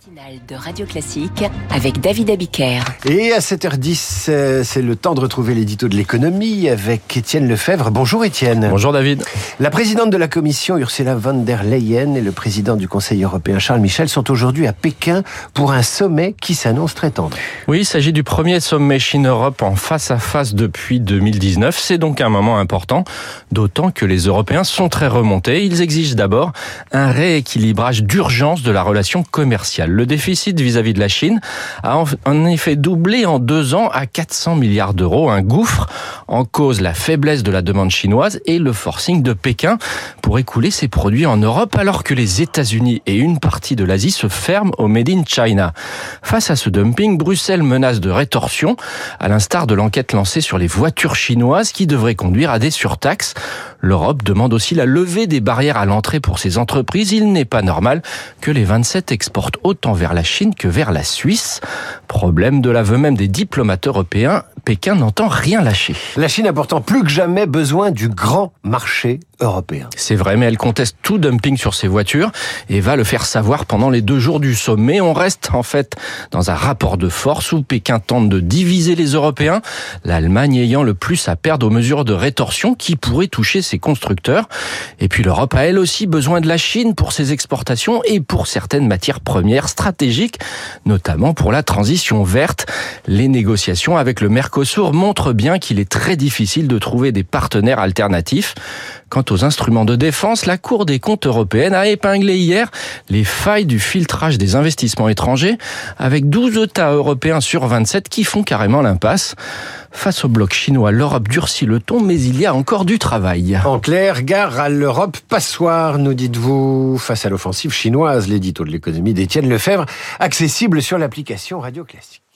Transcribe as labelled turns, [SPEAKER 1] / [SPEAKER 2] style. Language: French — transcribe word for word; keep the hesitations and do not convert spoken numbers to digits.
[SPEAKER 1] Matinale de Radio Classique avec David Abiker.
[SPEAKER 2] Et à sept heures dix, c'est le temps de retrouver l'édito de l'économie avec Étienne Lefebvre. Bonjour Étienne.
[SPEAKER 3] Bonjour David.
[SPEAKER 2] La présidente de la Commission, Ursula von der Leyen, et le président du Conseil européen, Charles Michel, sont aujourd'hui à Pékin pour un sommet qui s'annonce très tendu.
[SPEAKER 3] Oui, il s'agit du premier sommet Chine-Europe en face à face depuis deux mille dix-neuf. C'est donc un moment important, d'autant que les Européens sont très remontés. Ils exigent d'abord un rééquilibrage d'urgence de la relation commerciale. Le déficit vis-à-vis de la Chine a en effet doublé en deux ans à quatre cents milliards d'euros. Un gouffre en cause la faiblesse de la demande chinoise et le forcing de Pékin pour écouler ses produits en Europe alors que les États-Unis et une partie de l'Asie se ferment au Made in China. Face à ce dumping, Bruxelles menace de rétorsion, à l'instar de l'enquête lancée sur les voitures chinoises qui devraient conduire à des surtaxes. L'Europe demande aussi la levée des barrières à l'entrée pour ces entreprises. Il n'est pas normal que les vingt-sept exportent autant vers la Chine que vers la Suisse. Problème de l'aveu même des diplomates européens, Pékin n'entend rien lâcher.
[SPEAKER 2] La Chine a pourtant plus que jamais besoin du grand marché européen.
[SPEAKER 3] C'est vrai, mais elle conteste tout dumping sur ses voitures et va le faire savoir pendant les deux jours du sommet. On reste en fait dans un rapport de force où Pékin tente de diviser les Européens, l'Allemagne ayant le plus à perdre aux mesures de rétorsion qui pourraient toucher ses constructeurs. Et puis l'Europe a elle aussi besoin de la Chine pour ses exportations et pour certaines matières premières stratégiques, notamment pour la transition verte. Les négociations avec le Mercosur montrent bien qu'il est très difficile de trouver des partenaires alternatifs. Quant aux instruments de défense, la Cour des comptes européenne a épinglé hier les failles du filtrage des investissements étrangers avec douze États européens sur vingt-sept qui font carrément l'impasse. Face au bloc chinois, l'Europe durcit le ton, mais il y a encore du travail.
[SPEAKER 2] En clair, gare à l'Europe passoire, nous dites-vous, face à l'offensive chinoise. L'édito de l'économie d'Étienne Lefebvre, accessible sur l'application Radio Classique.